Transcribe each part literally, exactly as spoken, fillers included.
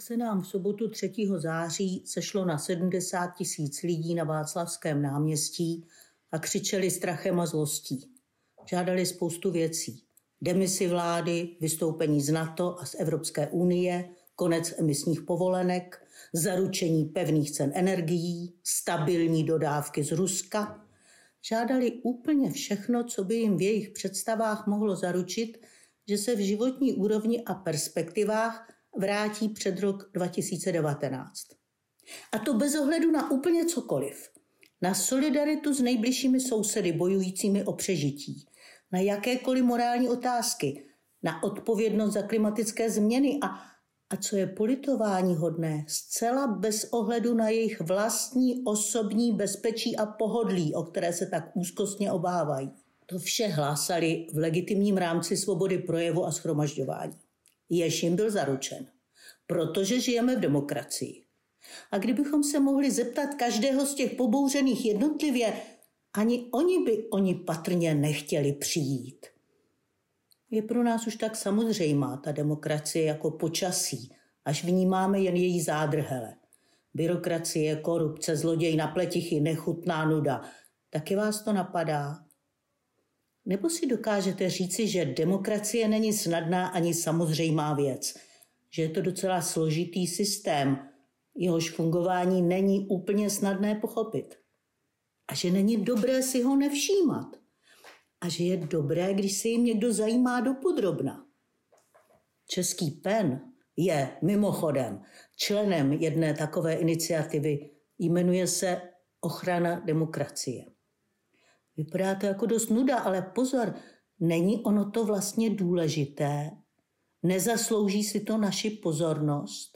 Tak se nám v sobotu třetího září sešlo na sedmdesát tisíc lidí na Václavském náměstí a křičeli strachem a zlostí. Žádali spoustu věcí. Demisi vlády, vystoupení z NATO a z Evropské unie, konec emisních povolenek, zaručení pevných cen energií, stabilní dodávky z Ruska. Žádali úplně všechno, co by jim v jejich představách mohlo zaručit, že se v životní úrovni a perspektivách vrátí před rok dva tisíce devatenáct. A to bez ohledu na úplně cokoliv. Na solidaritu s nejbližšími sousedy bojujícími o přežití, na jakékoliv morální otázky, na odpovědnost za klimatické změny a, a co je politování hodné, zcela bez ohledu na jejich vlastní osobní bezpečí a pohodlí, o které se tak úzkostně obávají. To vše hlásali v legitimním rámci svobody projevu a shromažďování. Jež jim byl zaručen, protože žijeme v demokracii. A kdybychom se mohli zeptat každého z těch pobouřených jednotlivě, ani oni by oni patrně nechtěli přijít. Je pro nás už tak samozřejmá ta demokracie jako počasí, až vnímáme jen její zádrhele. Byrokracie, korupce, zloděj na pletichy, nechutná nuda. Taky vás to napadá? Nebo si dokážete říci, že demokracie není snadná ani samozřejmá věc, že je to docela složitý systém, jehož fungování není úplně snadné pochopit. A že není dobré si ho nevšímat. A že je dobré, když se jim někdo zajímá dopodrobna. Český PEN je mimochodem členem jedné takové iniciativy, jmenuje se Ochrana demokracie. Vypadá to jako dost nuda, ale pozor, není ono to vlastně důležité? Nezaslouží si to naši pozornost?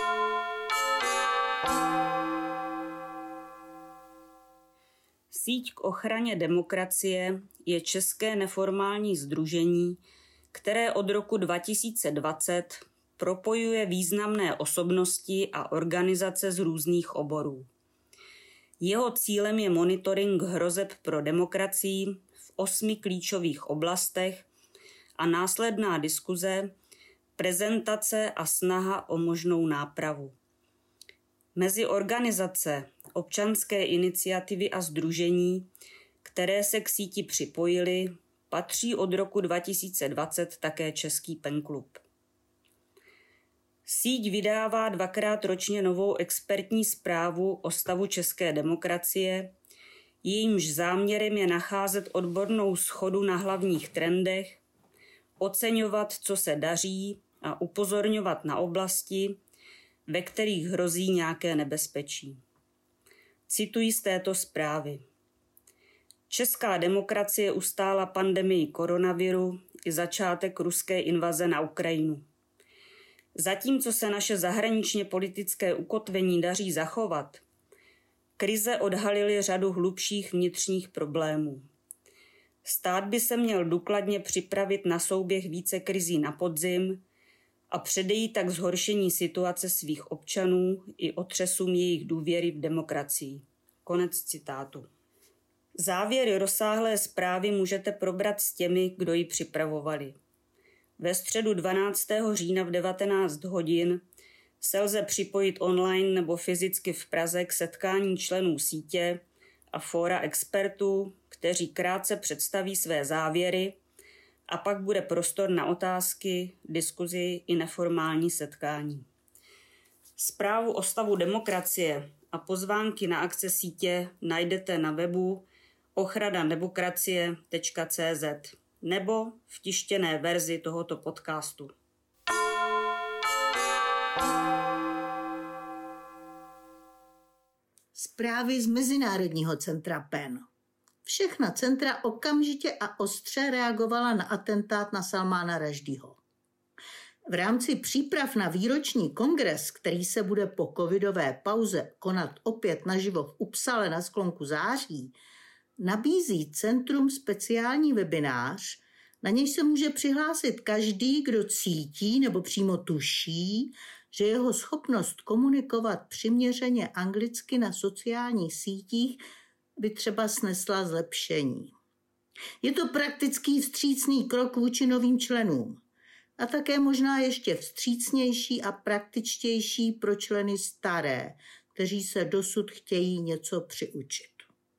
Síť k ochraně demokracie je české neformální sdružení, které od roku dva tisíce dvacet propojuje významné osobnosti a organizace z různých oborů. Jeho cílem je monitoring hrozeb pro demokracii v osmi klíčových oblastech a následná diskuze, prezentace a snaha o možnou nápravu. Mezi organizace, občanské iniciativy a sdružení, které se k síti připojily, patří od roku dva tisíce dvacet také Český PEN klub. Síť vydává dvakrát ročně novou expertní zprávu o stavu české demokracie, jejímž záměrem je nacházet odbornou shodu na hlavních trendech, oceňovat, co se daří a upozorňovat na oblasti, ve kterých hrozí nějaké nebezpečí. Cituji z této zprávy. Česká demokracie ustála pandemii koronaviru i začátek ruské invaze na Ukrajinu. Zatímco se naše zahraničně politické ukotvení daří zachovat, krize odhalily řadu hlubších vnitřních problémů. Stát by se měl důkladně připravit na souběh více krizí na podzim a předejít tak zhoršení situace svých občanů i otřesům jejich důvěry v demokracii. Konec citátu. Závěry rozsáhlé zprávy můžete probrat s těmi, kdo ji připravovali. Ve středu dvanáctého října v devatenáct hodin se lze připojit online nebo fyzicky v Praze k setkání členů sítě a fóra expertů, kteří krátce představí své závěry a pak bude prostor na otázky, diskuzi i neformální setkání. Zprávu o stavu demokracie a pozvánky na akce sítě najdete na webu ochrana demokracie tečka cé zet nebo v tištěné verzi tohoto podcastu. Zprávy z Mezinárodního centra PEN. Všechna centra okamžitě a ostře reagovala na atentát na Salmána Rašdího. V rámci příprav na výroční kongres, který se bude po covidové pauze konat opět naživo v Uppsale na sklonku září, nabízí centrum speciální webinář, na nějž se může přihlásit každý, kdo cítí nebo přímo tuší, že jeho schopnost komunikovat přiměřeně anglicky na sociálních sítích by třeba snesla zlepšení. Je to praktický vstřícný krok vůči novým členům. A také možná ještě vstřícnější a praktičtější pro členy staré, kteří se dosud chtějí něco přiučit.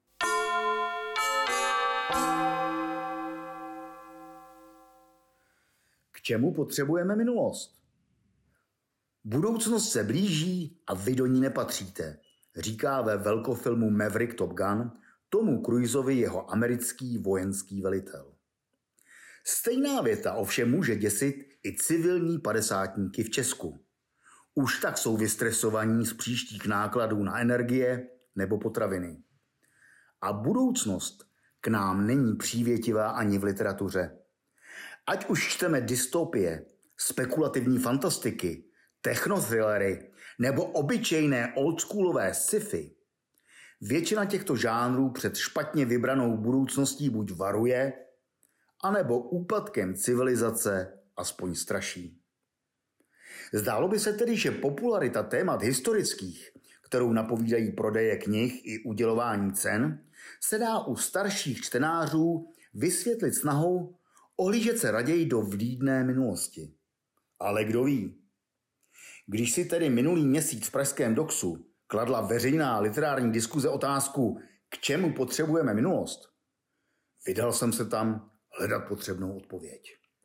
K čemu potřebujeme minulost? Budoucnost se blíží a vy do ní nepatříte, říká ve velkofilmu Maverick Top Gun Tomu Cruiseovi jeho americký vojenský velitel. Stejná věta ovšem může děsit i civilní padesátníky v Česku. Už tak jsou vystresovaní z příštích nákladů na energie nebo potraviny. A budoucnost k nám není přívětivá ani v literatuře. Ať už čteme dystopie, spekulativní fantastiky, technothrillery nebo obyčejné oldschoolové sci-fi, většina těchto žánrů před špatně vybranou budoucností buď varuje, anebo úpadkem civilizace aspoň straší. Zdálo by se tedy, že popularita témat historických, kterou napovídají prodeje knih i udělování cen, se dá u starších čtenářů vysvětlit snahou ohlížet se raději do vlídné minulosti. Ale kdo ví? Když si tedy minulý měsíc v pražském Doxu kladla veřejná literární diskuze otázku, k čemu potřebujeme minulost, vydal jsem se tam hledat potřebnou odpověď.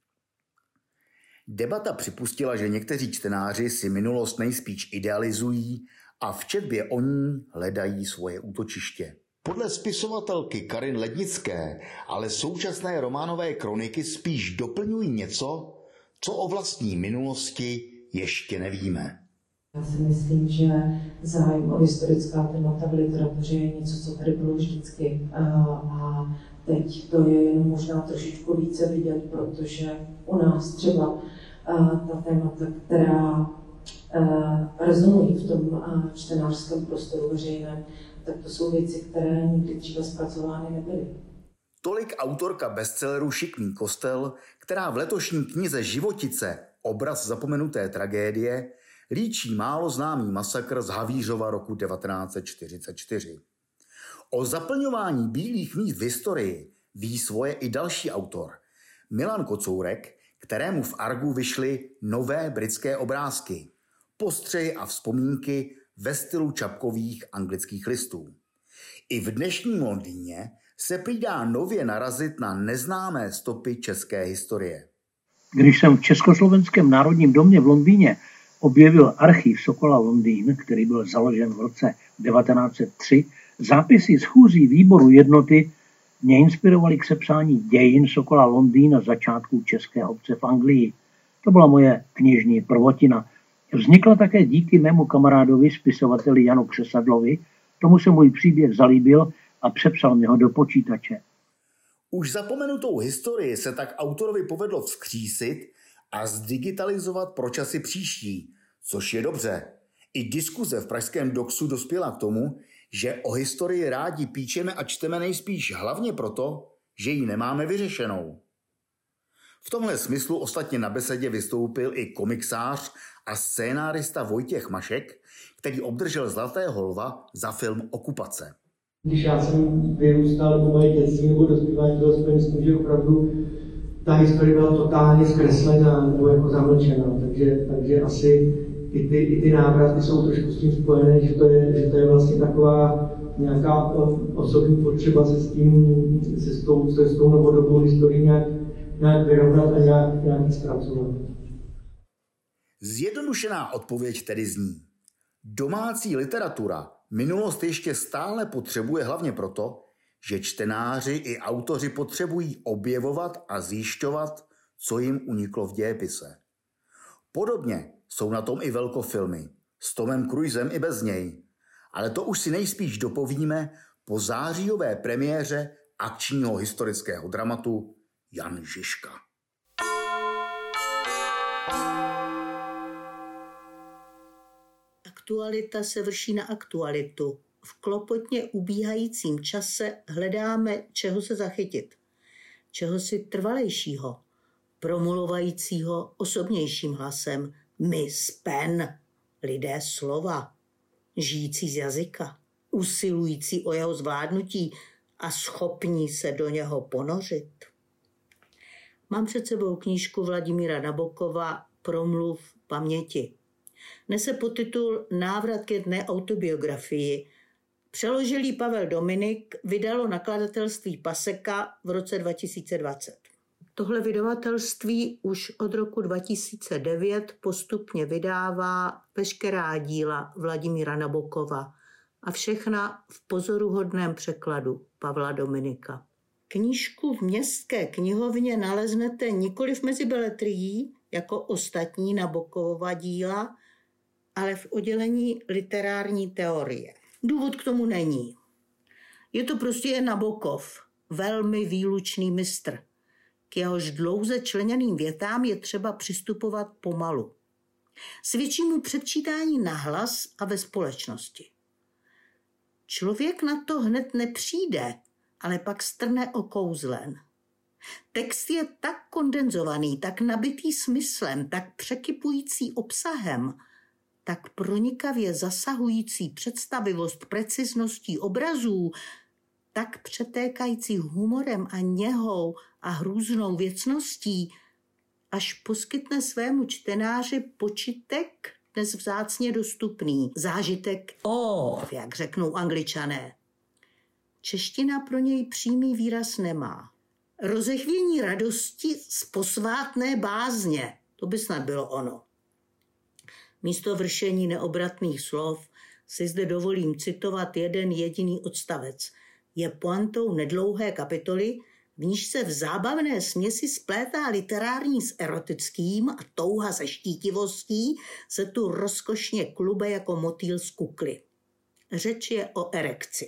Debata připustila, že někteří čtenáři si minulost nejspíš idealizují a v četbě o ní hledají svoje útočiště. Podle spisovatelky Karin Lednické ale současné románové kroniky spíš doplňují něco, co o vlastní minulosti ještě nevíme. Já si myslím, že zájem o historická témata v literatuře je něco, co tady bylo vždycky. A teď to je jen možná trošičku více vidět, protože u nás třeba ta témata, která rezonují v tom čtenářském prostoru veřejném, tak to jsou věci, které nikdy dříve zpracovány nebyly. Tolik autorka bestselleru Šikmý kostel, která v letošní knize Životice, obraz zapomenuté tragédie, líčí málo známý masakr z Havířova roku devatenáct set čtyřicet čtyři. O zaplňování bílých míst v historii ví svoje i další autor, Milan Kocourek, kterému v Argu vyšly nové britské obrázky, postřehy a vzpomínky ve stylu čapkových anglických listů. I v dnešním Londýně se prý dá nově narazit na neznámé stopy české historie. Když jsem v Československém národním domě v Londýně objevil archiv Sokola Londýn, který byl založen v roce devatenáct set tři, zápisy schůzí výboru jednoty mě inspirovaly k sepsání dějin Sokola Londýn na začátku české obce v Anglii. To byla moje knižní prvotina. Vznikla také díky mému kamarádovi, spisovateli Janu Křesadlovi, tomu se můj příběh zalíbil a přepsal mi ho do počítače. Už zapomenutou historii se tak autorovi povedlo vzkřísit a zdigitalizovat pro časy příští, což je dobře. I diskuze v pražském Doxu dospěla k tomu, že o historii rádi píčeme a čteme nejspíš hlavně proto, že ji nemáme vyřešenou. V tomhle smyslu ostatně na besedě vystoupil i komiksář a scénárista Vojtěch Mašek, který obdržel Zlatého lva za film Okupace. Když já jsem vyrůstal, nebo moje dětství nebo dospívání bylo spojené s tím, že opravdu ta historie byla totálně zkreslená nebo jako zamlčená, takže, takže asi i ty, i ty návraty jsou trošku s tím spojené, že to je, že to je vlastně taková nějaká osobní potřeba se s tím, se s tou, se s tou novodobou historií nějak, nějak vyrovnat a nějak, nějak zpracovat. Zjednodušená odpověď tedy zní: domácí literatura minulost ještě stále potřebuje hlavně proto, že čtenáři i autoři potřebují objevovat a zjišťovat, co jim uniklo v dějepise. Podobně jsou na tom i velkofilmy, s Tomem Cruisem i bez něj, ale to už si nejspíš dopovíme po zářijové premiéře akčního historického dramatu Jan Žižka. Aktualita se vrší na aktualitu. V klopotně ubíhajícím čase hledáme, čeho se zachytit. Čeho si trvalejšího, promluvajícího osobnějším hlasem. Miss pen, lidé slova, žijící z jazyka, usilující o jeho zvládnutí a schopní se do něho ponořit. Mám před sebou knížku Vladimíra Nabokova Promluv paměti. Nese podtitul Návrat k jedné autobiografii. Přeložil ji Pavel Dominik, vydalo nakladatelství Paseka v roce dva tisíce dvacet. Tohle vydavatelství už od roku dva tisíce devět postupně vydává veškerá díla Vladimíra Nabokova a všechna v pozoruhodném překladu Pavla Dominika. Knížku v Městské knihovně naleznete nikoliv mezi beletrií, jako ostatní Nabokovova díla, ale v oddělení literární teorie. Důvod k tomu není. Je to prostě jen Nabokov, velmi výlučný mistr. K jehož dlouze členěným větám je třeba přistupovat pomalu. Svědčí mu předčítání nahlas a ve společnosti. Člověk na to hned nepřijde, ale pak strne okouzlen. Text je tak kondenzovaný, tak nabitý smyslem, tak překypující obsahem, tak pronikavě zasahující představivost precizností obrazů, tak přetékající humorem a něhou a hrůznou věcností, až poskytne svému čtenáři počitek dnes vzácně dostupný, zážitek o, jak řeknou Angličané. Čeština pro něj přímý výraz nemá. Rozechvění radosti z posvátné bázně, to by snad bylo ono. Místo vršení neobratných slov si zde dovolím citovat jeden jediný odstavec. Je pointou nedlouhé kapitoly, v níž se v zábavné směsi splétá literární s erotickým a touha se štítivostí se tu rozkošně klube jako motýl z kukly. Řeč je o erekci.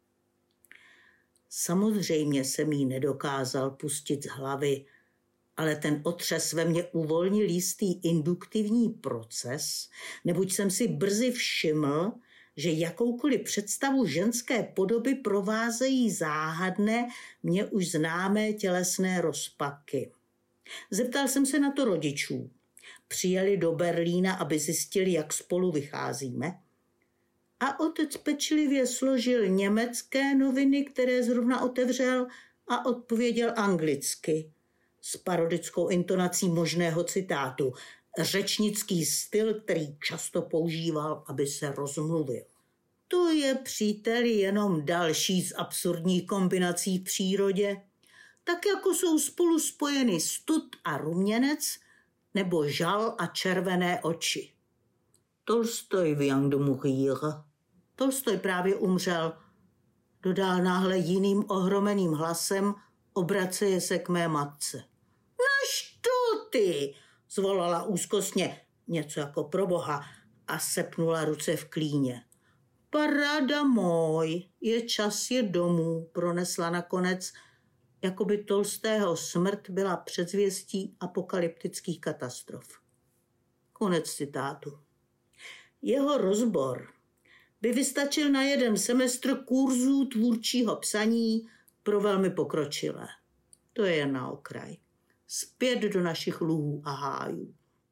Samozřejmě jsem jí nedokázal pustit z hlavy, ale ten otřes ve mně uvolnil jistý induktivní proces, neboť jsem si brzy všiml, že jakoukoliv představu ženské podoby provázejí záhadné, mně už známé tělesné rozpaky. Zeptal jsem se na to rodičů. Přijeli do Berlína, aby zjistili, jak spolu vycházíme. A otec pečlivě složil německé noviny, které zrovna otevřel, a odpověděl anglicky s parodickou intonací možného citátu. Řečnický styl, který často používal, aby se rozmluvil. To je, příteli, jenom další z absurdních kombinací v přírodě. Tak jako jsou spolu spojeny stud a ruměnec nebo žal a červené oči. Tolstoj vient de mourir. Tolstoj právě umřel, dodal náhle jiným ohromeným hlasem, obraceje se k mé matce. Naž to ty, zvolala úzkostně, něco jako proboha, a sepnula ruce v klíně. Paráda můj, je čas je domů, pronesla nakonec, jako by Tolstého smrt byla předzvěstí apokalyptických katastrof. Konec citátu. Jeho rozbor by vystačil na jeden semestr kurzů tvůrčího psaní pro velmi pokročilé. To je jen na okraj. Zpět do našich luhů a hájů.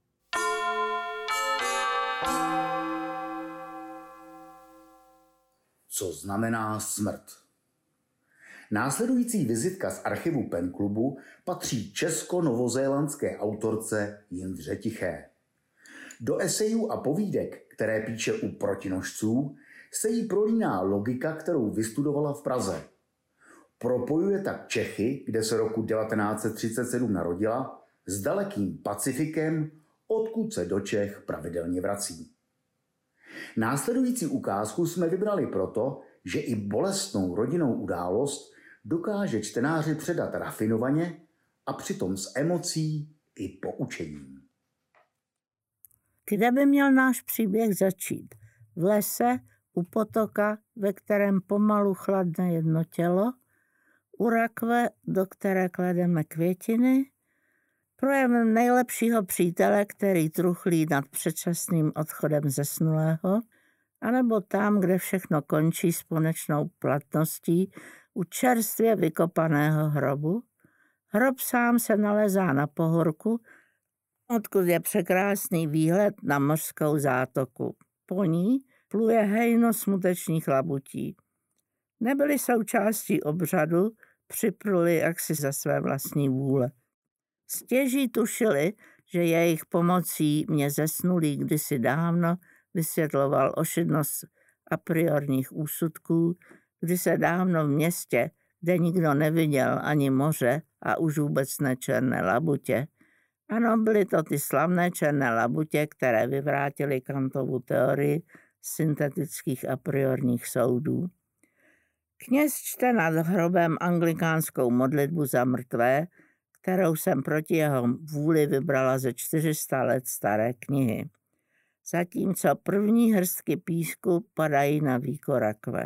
Co znamená smrt? Následující vizitka z archivu Pen Klubu patří česko-novozélandské autorce Jindře Tiché. Do esejů a povídek, které píše u protinožců, se jí prolíná logika, kterou vystudovala v Praze. Propojuje tak Čechy, kde se roku devatenáct set třicet sedm narodila, s dalekým Pacifikem, odkud se do Čech pravidelně vrací. Následující ukázku jsme vybrali proto, že i bolestnou rodinnou událost dokáže čtenáři předat rafinovaně a přitom s emocí i poučením. Kde by měl náš příběh začít? V lese, u potoka, ve kterém pomalu chladne jedno tělo, u rakve, do které klademe květiny, projevem nejlepšího přítele, který truchlí nad předčasným odchodem zesnulého, anebo tam, kde všechno končí s konečnou platností u čerstvě vykopaného hrobu. Hrob sám se nalezá na pohorku, odkud je překrásný výhled na mořskou zátoku. Po ní pluje hejno smutečných labutí. Nebyly součástí obřadu, připluli jaksi za své vlastní vůle. Stěží tušili, že jejich pomocí mě zesnulý kdysi dávno vysvětloval ošidnost a priorních úsudků, kdy se dávno v městě, kde nikdo neviděl ani moře a už vůbec ne černé labutě. Ano, byly to ty slavné černé labutě, které vyvrátily Kantovu teorii syntetických a priorních soudů. Kněz čte nad hrobem anglikánskou modlitbu za mrtvé, kterou jsem proti jeho vůli vybrala ze čtyři sta let staré knihy. Zatímco první hrstky písku padají na víko rakve.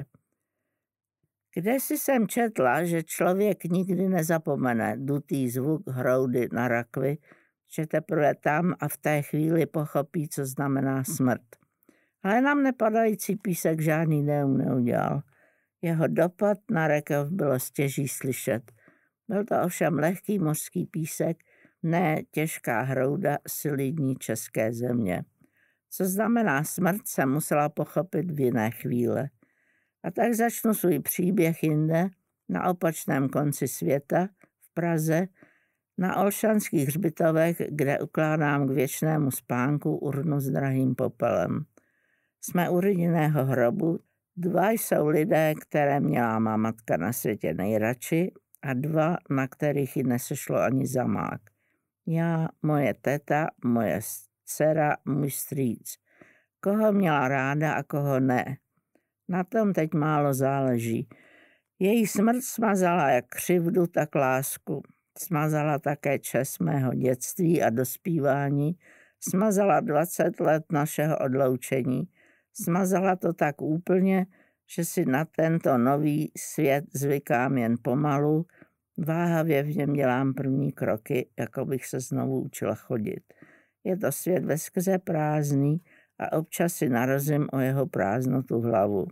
Kdesi jsem četla, že člověk nikdy nezapomene dutý zvuk hroudy na rakvi, že teprve tam a v té chvíli pochopí, co znamená smrt. Ale nám nepadající písek žádný deum neudělal. Jeho dopad na rakev bylo stěží slyšet. Byl to ovšem lehký mořský písek, ne těžká hrouda solidní české země. Co znamená smrt, jsem musela pochopit v jiné chvíli. A tak začnu svůj příběh jinde, na opačném konci světa, v Praze, na Olšanských hřbitovech, kde ukládám k věčnému spánku urnu s drahým popelem. Jsme u rodinného hrobu, dva jsou lidé, které měla má matka na světě nejradši, a dva, na kterých ji nesešlo ani zamák. Já, moje teta, moje dcera, můj strýc. Koho měla ráda a koho ne. Na tom teď málo záleží. Její smrt smazala jak křivdu, tak lásku. Smazala také čas mého dětství a dospívání. Smazala dvacet let našeho odloučení. Smazala to tak úplně, že si na tento nový svět zvykám jen pomalu, váhavě v něm dělám první kroky, jako bych se znovu učila chodit. Je to svět veskrze prázdný a občas si narazím o jeho prázdnotu hlavu.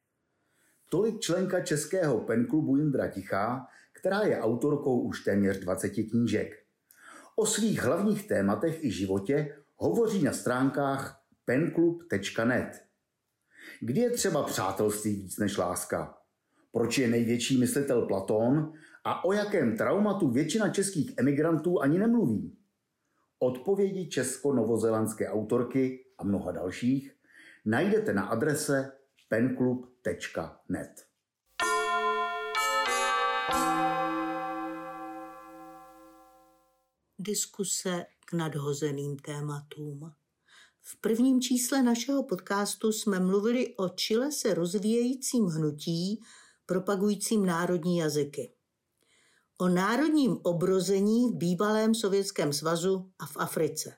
Tolik členka českého penklubu Jindra Tichá, která je autorkou už téměř dvaceti knížek. O svých hlavních tématech i životě hovoří na stránkách penklub tečka net. Kdy je třeba přátelství víc než láska? Proč je největší myslitel Platón a o jakém traumatu většina českých emigrantů ani nemluví? Odpovědi česko-novozélandské autorky a mnoha dalších najdete na adrese penklub tečka net. Diskuse k nadhozeným tématům. V prvním čísle našeho podcastu jsme mluvili o Chile se rozvíjejícím hnutí propagujícím národní jazyky. O národním obrození v bývalém Sovětském svazu a v Africe.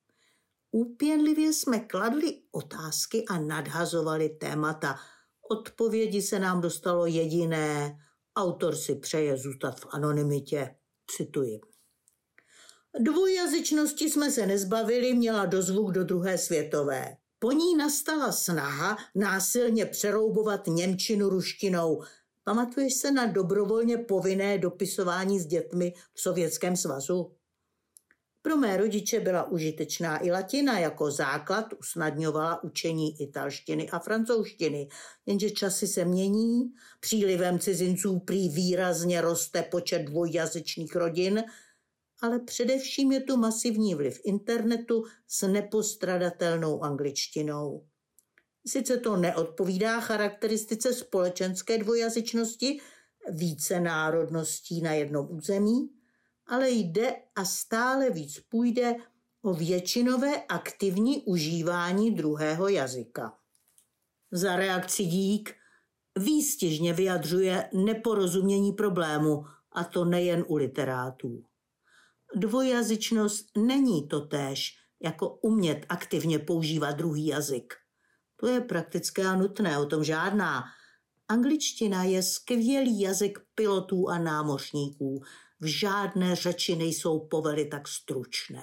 Úpěnlivě jsme kladli otázky a nadhazovali témata. Odpovědi se nám dostalo jediné. Autor si přeje zůstat v anonymitě. Cituji. Dvojjazyčnosti jsme se nezbavili, měla dozvuk do druhé světové. Po ní nastala snaha násilně přeroubovat němčinu ruštinou. Pamatuješ se na dobrovolně povinné dopisování s dětmi v Sovětském svazu? Pro mé rodiče byla užitečná i latina, jako základ usnadňovala učení italštiny a francouzštiny, jenže časy se mění, přílivem cizinců prý výrazně roste počet dvojjazyčných rodin, ale především je tu masivní vliv internetu s nepostradatelnou angličtinou. Sice to neodpovídá charakteristice společenské dvojjazyčnosti, více národností na jednom území, ale jde a stále víc půjde o většinové aktivní užívání druhého jazyka. Za reakci dík výstižně vyjadřuje neporozumění problému, a to nejen u literátů. Dvojjazyčnost není totéž, jako umět aktivně používat druhý jazyk. To je praktické a nutné, o tom žádná. Angličtina je skvělý jazyk pilotů a námořníků. V žádné řeči nejsou povely tak stručné.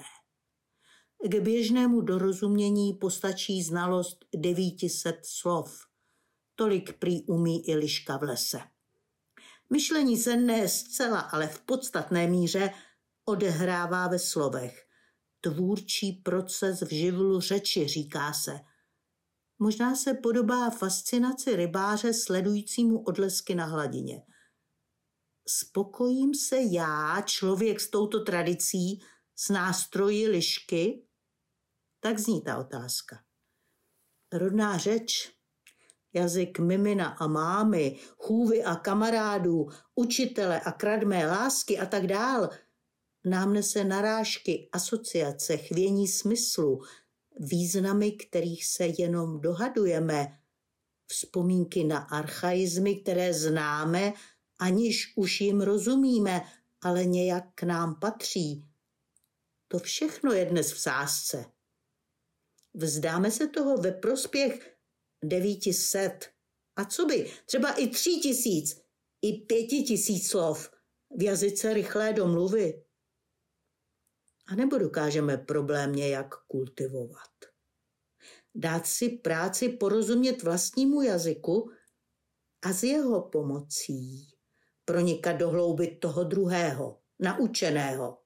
K běžnému dorozumění postačí znalost devět set slov. Tolik prý umí i liška v lese. Myšlení se ne zcela, ale v podstatné míře odehrává ve slovech. Tvůrčí proces v živlu řeči, říká se. Možná se podobá fascinaci rybáře sledujícímu odlesky na hladině. spokojím se já, člověk s touto tradicí, s nástroji lišky? Tak zní ta otázka. Rodná řeč, jazyk mimina a mámy, chůvy a kamarádů, učitele a kradmé lásky a tak dál, nám nese narážky, asociace, chvění smyslu, významy, kterých se jenom dohadujeme, vzpomínky na archaizmy, které známe, aniž už jim rozumíme, ale nějak k nám patří. To všechno je dnes v sázce. Vzdáme se toho ve prospěch devíti set. A co by? Třeba i tří tisíc, i pěti tisíc slov v jazyce rychlé domluvy. A nebo dokážeme problém nějak kultivovat. Dát si práci porozumět vlastnímu jazyku a s jeho pomocí pronikat do hlouby toho druhého, naučeného.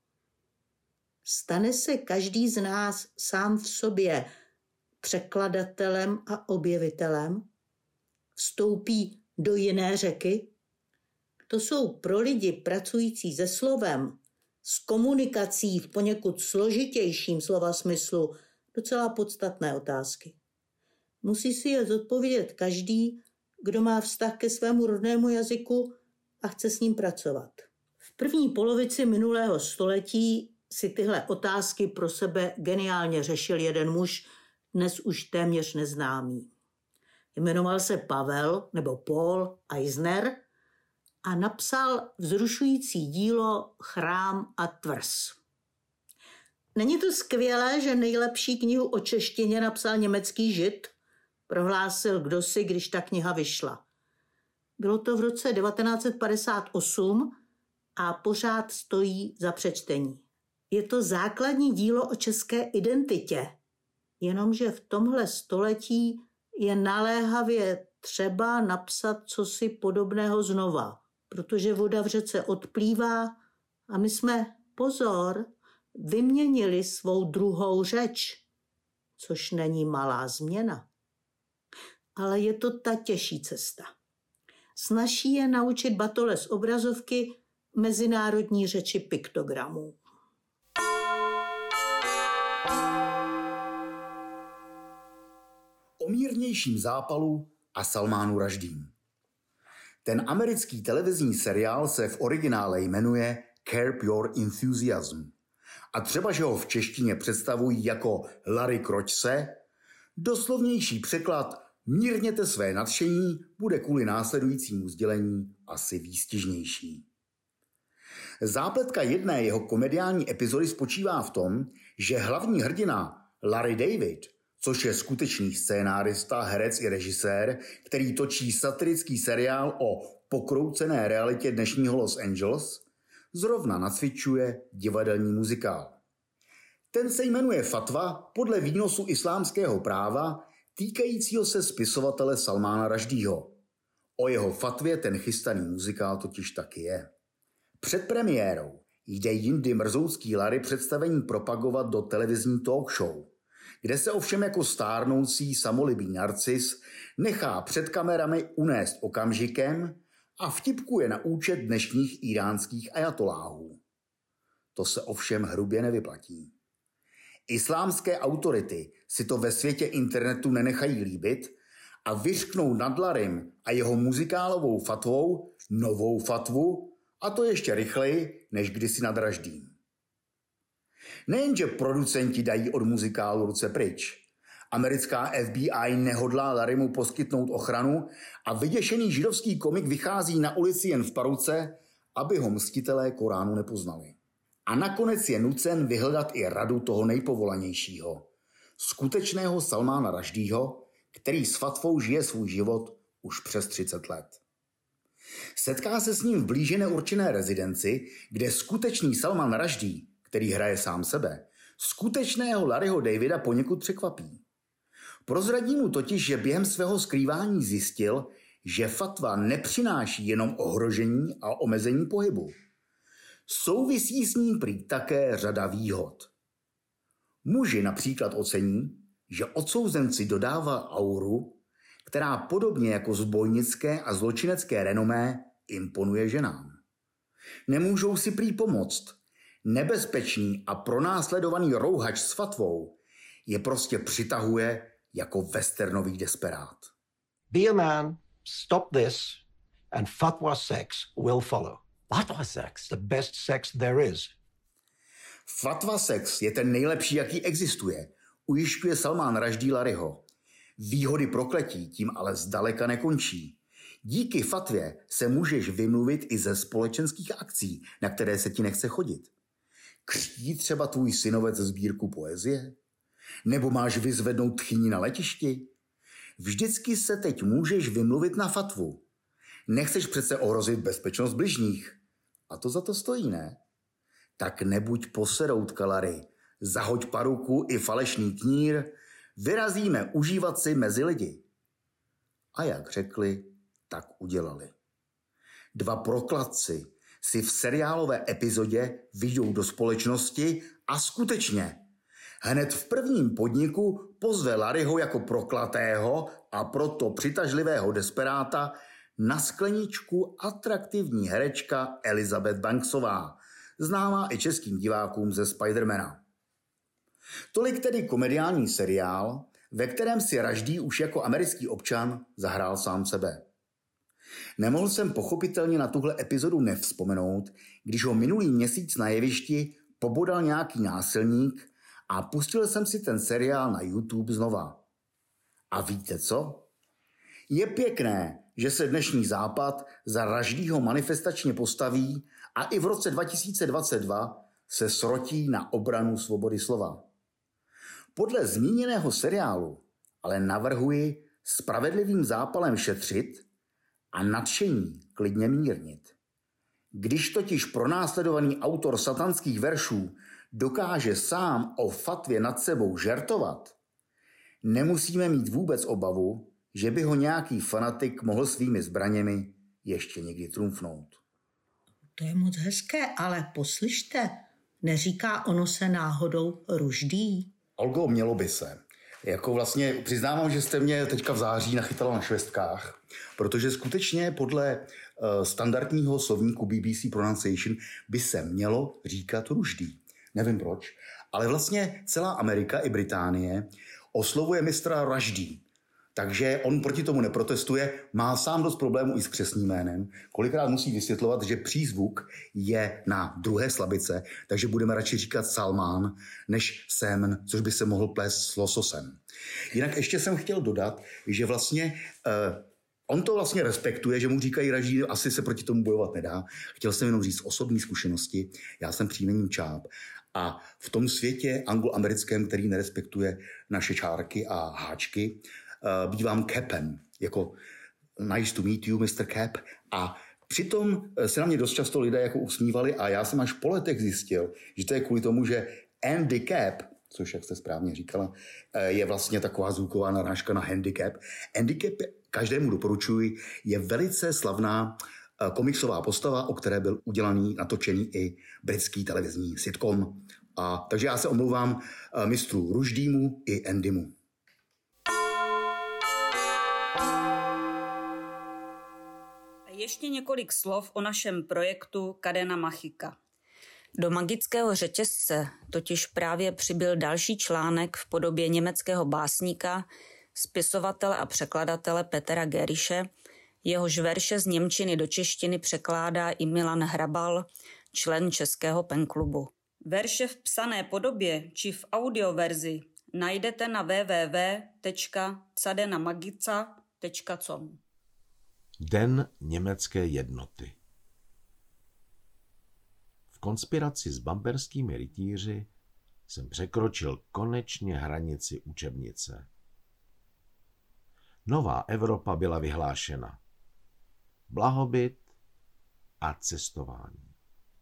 Stane se každý z nás sám v sobě překladatelem a objevitelem? Vstoupí do jiné řeky? To jsou pro lidi pracující se slovem, s komunikací v poněkud složitějším slova smyslu docela podstatné otázky. Musí si je zodpovědět každý, kdo má vztah ke svému rodnému jazyku a chce s ním pracovat. V první polovici minulého století si tyhle otázky pro sebe geniálně řešil jeden muž, dnes už téměř neznámý. Jmenoval se Pavel nebo Paul Eisner a napsal vzrušující dílo Chrám a tvrz. Není to skvělé, že nejlepší knihu o češtině napsal německý Žid? Prohlásil kdosi, když ta kniha vyšla. Bylo to v roce devatenáct set padesát osm a pořád stojí za přečtení. Je to základní dílo o české identitě, jenomže v tomhle století je naléhavě třeba napsat cosi podobného znova, protože voda v řece odplývá a my jsme, pozor, vyměnili svou druhou řeč, což není malá změna. Ale je to ta těžší cesta. Snazší je naučit batole z obrazovky mezinárodní řeči piktogramů. O mírnějším zápalu a Salmánu Rašdím. Ten americký televizní seriál se v originále jmenuje Curb Your Enthusiasm. A třeba, že ho v češtině představují jako Larry Kroť se, doslovnější překlad Mírněte své nadšení bude kvůli následujícímu sdělení asi výstižnější. Zápletka jedné jeho komediální epizody spočívá v tom, že hlavní hrdina Larry David, což je skutečný scénárista, herec i režisér, který točí satirický seriál o pokroucené realitě dnešního Los Angeles, zrovna nacvičuje divadelní muzikál. Ten se jmenuje Fatva podle výnosu islámského práva týkajícího se spisovatele Salmána Rašdího. O jeho fatvě ten chystaný muzikál totiž taky je. Před premiérou jde jindy mrzoucký Larry představení propagovat do televizní talk show, kde se ovšem jako stárnoucí samolibý narcis nechá před kamerami unést okamžikem a vtipkuje na účet dnešních iránských ajatoláhů. To se ovšem hrubě nevyplatí. Islámské autority si to ve světě internetu nenechají líbit a vyřknou nad Larrym a jeho muzikálovou fatvou novou fatvu, a to ještě rychleji než kdysi nad Rašdím. Nejenže producenti dají od muzikálu ruce pryč. Americká F B I nehodlá Larrymu poskytnout ochranu a vyděšený židovský komik vychází na ulici jen v paruce, aby ho mstitelé Koránu nepoznali. A nakonec je nucen vyhledat i radu toho nejpovolanějšího, skutečného Salmána Rašdího, který s fatvou žije svůj život už přes třicet let. Setká se s ním v blíže neurčené rezidenci, kde skutečný Salman Rašdí, který hraje sám sebe, skutečného Larryho Davida poněkud překvapí. Prozradí mu totiž, že během svého skrývání zjistil, že fatva nepřináší jenom ohrožení a omezení pohybu. Souvisí s ním prý také řada výhod. Muži například ocení, že odsouzenci dodává auru, která podobně jako zbojnické a zločinecké renomé imponuje ženám. Nemůžou si prý pomoct. Nebezpečný a pronásledovaný rouhač s fatvou je prostě přitahuje jako westernový desperát. Be a man, stop this, and fatwa sex will follow. Fatwa sex? The best sex there is. Fatwa sex je ten nejlepší, jaký existuje, ujišťuje Salman Rushdie Larryho. Výhody prokletí tím ale zdaleka nekončí. Díky fatvě se můžeš vymluvit i ze společenských akcí, na které se ti nechce chodit. Křtí třeba tvůj synovec sbírku poezie? Nebo máš vyzvednout tchyni na letišti? Vždycky se teď můžeš vymluvit na fatvu. Nechceš přece ohrozit bezpečnost bližních. A to za to stojí, ne? Tak nebuď poseroutka, Larry. Zahoď paruku i falešný knír. Vyrazíme užívat si mezi lidi. A jak řekli, tak udělali. Dva prokladci si v seriálové epizodě vyjdou do společnosti a skutečně hned v prvním podniku pozve Larryho jako proklatého a proto přitažlivého desperáta na skleničku atraktivní herečka Elizabeth Banksová, známá i českým divákům ze Spidermana. Tolik tedy komediální seriál, ve kterém si Rushdie už jako americký občan zahrál sám sebe. Nemohl jsem pochopitelně na tuhle epizodu nevzpomenout, když ho minulý měsíc na jevišti pobodal nějaký násilník a pustil jsem si ten seriál na YouTube znova. A víte co? Je pěkné, že se dnešní Západ za Rushdieho manifestačně postaví a i v roce dva tisíce dvacet dva se srotí na obranu svobody slova. Podle zmíněného seriálu ale navrhuji spravedlivým zápalem šetřit a nadšení klidně mírnit. Když totiž pronásledovaný autor satanských veršů dokáže sám o fatvě nad sebou žertovat, nemusíme mít vůbec obavu, že by ho nějaký fanatik mohl svými zbraněmi ještě někdy trumfnout. To je moc hezké, ale poslyšte, neříká ono se náhodou Rushdie? Olgo, mělo by se. Jako vlastně přiznávám, že jste mě teďka v září nachytala na švestkách, protože skutečně podle uh, standardního slovníku B B C Pronunciation by se mělo říkat Rushdie. Nevím proč, ale vlastně celá Amerika i Británie oslovuje mistra Rushdie. Takže on proti tomu neprotestuje, má sám dost problémů i s křestním jménem. Kolikrát musí vysvětlovat, že přízvuk je na druhé slabice, takže budeme radši říkat Salman než Salmon, což by se mohl plést s lososem. Jinak ještě jsem chtěl dodat, že vlastně uh, on to vlastně respektuje, že mu říkají Rushdie, asi se proti tomu bojovat nedá. Chtěl jsem jenom říct osobní zkušenosti, já jsem příjmením Čáp. A v tom světě angloamerickém, který nerespektuje naše čárky a háčky, Uh, bývám Capem, jako nice to meet you, mister Cap. A přitom se na mě dost často lidé jako usmívali a já jsem až po letech zjistil, že to je kvůli tomu, že Andy Cap, což jak jste správně říkala, je vlastně taková zvuková narážka na handicap. Handicap každému doporučuji, je velice slavná komiksová postava, o které byl udělaný, natočený i britský televizní sitcom. A, takže já se omlouvám mistru Rushdiemu i Andymu. Ještě několik slov o našem projektu Kadena Machika. Do magického řetězce totiž právě přibyl další článek v podobě německého básníka, spisovatele a překladatele Petera Geriše, jehož verše z němčiny do češtiny překládá i Milan Hrabal, člen českého penklubu. Verše v psané podobě či v audioverzi najdete na w w w tečka cadenamagica tečka com. Den německé jednoty. V konspiraci s bamberskými rytíři jsem překročil konečně hranici učebnice. Nová Evropa byla vyhlášena. Blahobyt a cestování.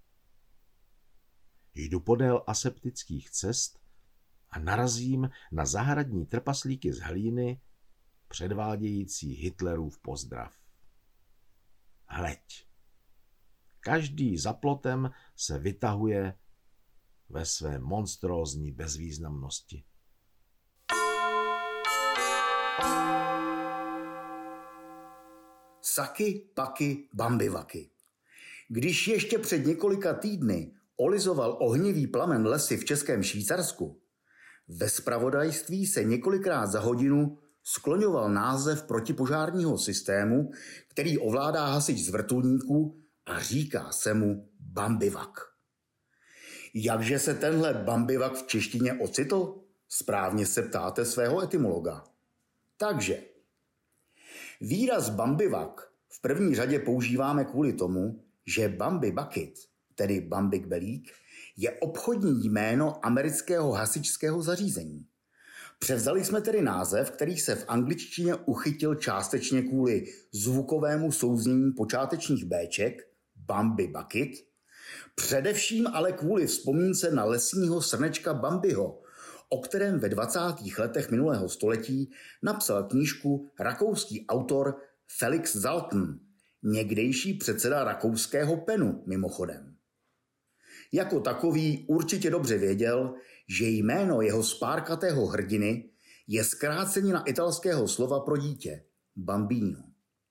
Jdu podél aseptických cest a narazím na zahradní trpaslíky z hlíny, předvádějící Hitlerův pozdrav. Hleď. Každý za plotem se vytahuje ve své monstrózní bezvýznamnosti. Saky, paky, bambivaky. Když ještě před několika týdny olizoval ohnivý plamen lesy v Českém Švýcarsku, ve zpravodajství se několikrát za hodinu skloňoval název protipožárního systému, který ovládá hasič z vrtulníků a říká se mu bambivak. Jakže se tenhle bambivak v češtině ocitl? Správně se ptáte svého etymologa. Takže výraz bambivak v první řadě používáme kvůli tomu, že Bambi Bucket, tedy Bambik Belík, je obchodní jméno amerického hasičského zařízení. Převzali jsme tedy název, který se v angličtině uchytil částečně kvůli zvukovému souznění počátečních béček Bambi Bucket, především ale kvůli vzpomínce na lesního srnečka Bambiho, o kterém ve dvacátých letech minulého století napsal knížku rakouský autor Felix Salten, někdejší předseda rakouského Penu mimochodem. Jako takový určitě dobře věděl, že jméno jeho spárkatého hrdiny je zkrácenina italského slova pro dítě bambino.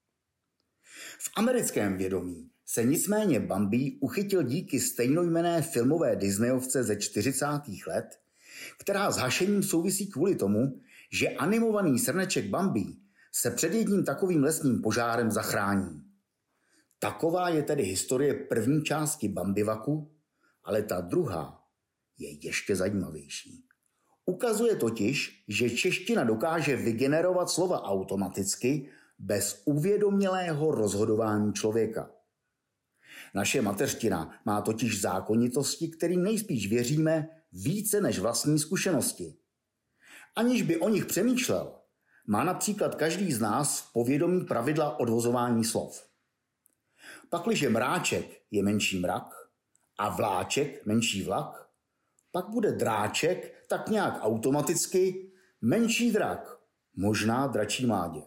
V americkém vědomí se nicméně Bambi uchytil díky stejnojmenné filmové Disneyovce ze čtyřicátých let, která s hašením souvisí kvůli tomu, že animovaný srneček Bambi se před jedním takovým lesním požárem zachrání. Taková je tedy historie první části Bambivaku, ale ta druhá je ještě zajímavější. Ukazuje totiž, že čeština dokáže vygenerovat slova automaticky bez uvědomělého rozhodování člověka. Naše mateřština má totiž zákonitosti, kterým nejspíš věříme více než vlastní zkušenosti. Aniž by o nich přemýšlel, má například každý z nás v povědomí pravidla odvozování slov. Pakliže mráček je menší mrak a vláček menší vlak, pak bude dráček tak nějak automaticky menší drak, možná dračí mládě.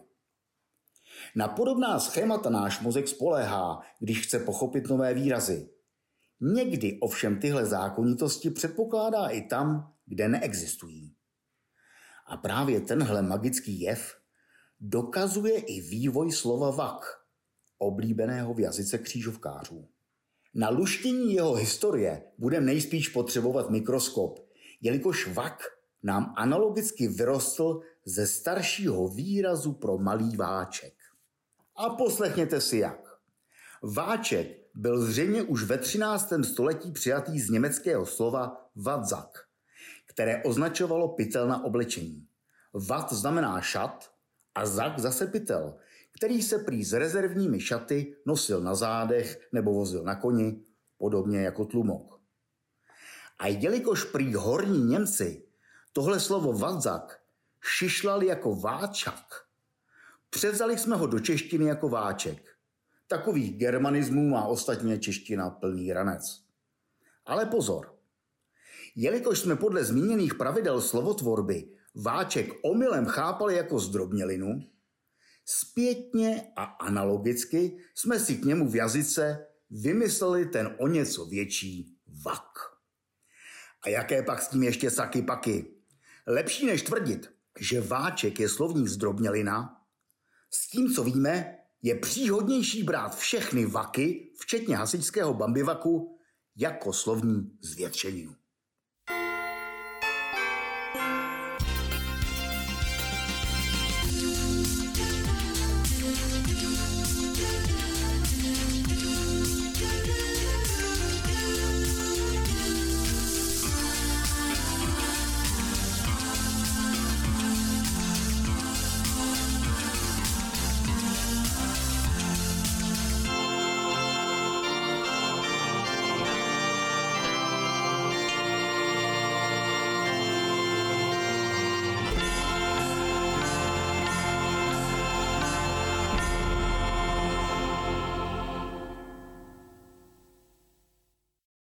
Na podobná schémata náš mozek spoléhá, když chce pochopit nové výrazy. Někdy ovšem tyhle zákonitosti předpokládá i tam, kde neexistují. A právě tenhle magický jev dokazuje i vývoj slova vak, oblíbeného v jazyce křížovkářů. Na luštění jeho historie budeme nejspíš potřebovat mikroskop, jelikož vak nám analogicky vyrostl ze staršího výrazu pro malý váček. A poslechněte si jak. Váček byl zřejmě už ve třináctém století přijatý z německého slova Watzak, které označovalo pytel na oblečení. Vat znamená šat a zak zase pytel, který se prý s rezervními šaty nosil na zádech nebo vozil na koni, podobně jako tlumok. A jelikož prý horní Němci tohle slovo Watzak šišlali jako váčak, převzali jsme ho do češtiny jako váček. Takových germanismů má ostatně čeština plný ranec. Ale pozor, jelikož jsme podle zmíněných pravidel slovotvorby váček omylem chápali jako zdrobnělinu, zpětně a analogicky jsme si k němu v jazyce vymysleli ten o něco větší vak. A jaké pak s tím ještě saky paky? Lepší než tvrdit, že váček je slovník zdrobnělina, s tím, co víme, je příhodnější brát všechny vaky, včetně hasičského bambivaku, jako slovní zvětšeninu.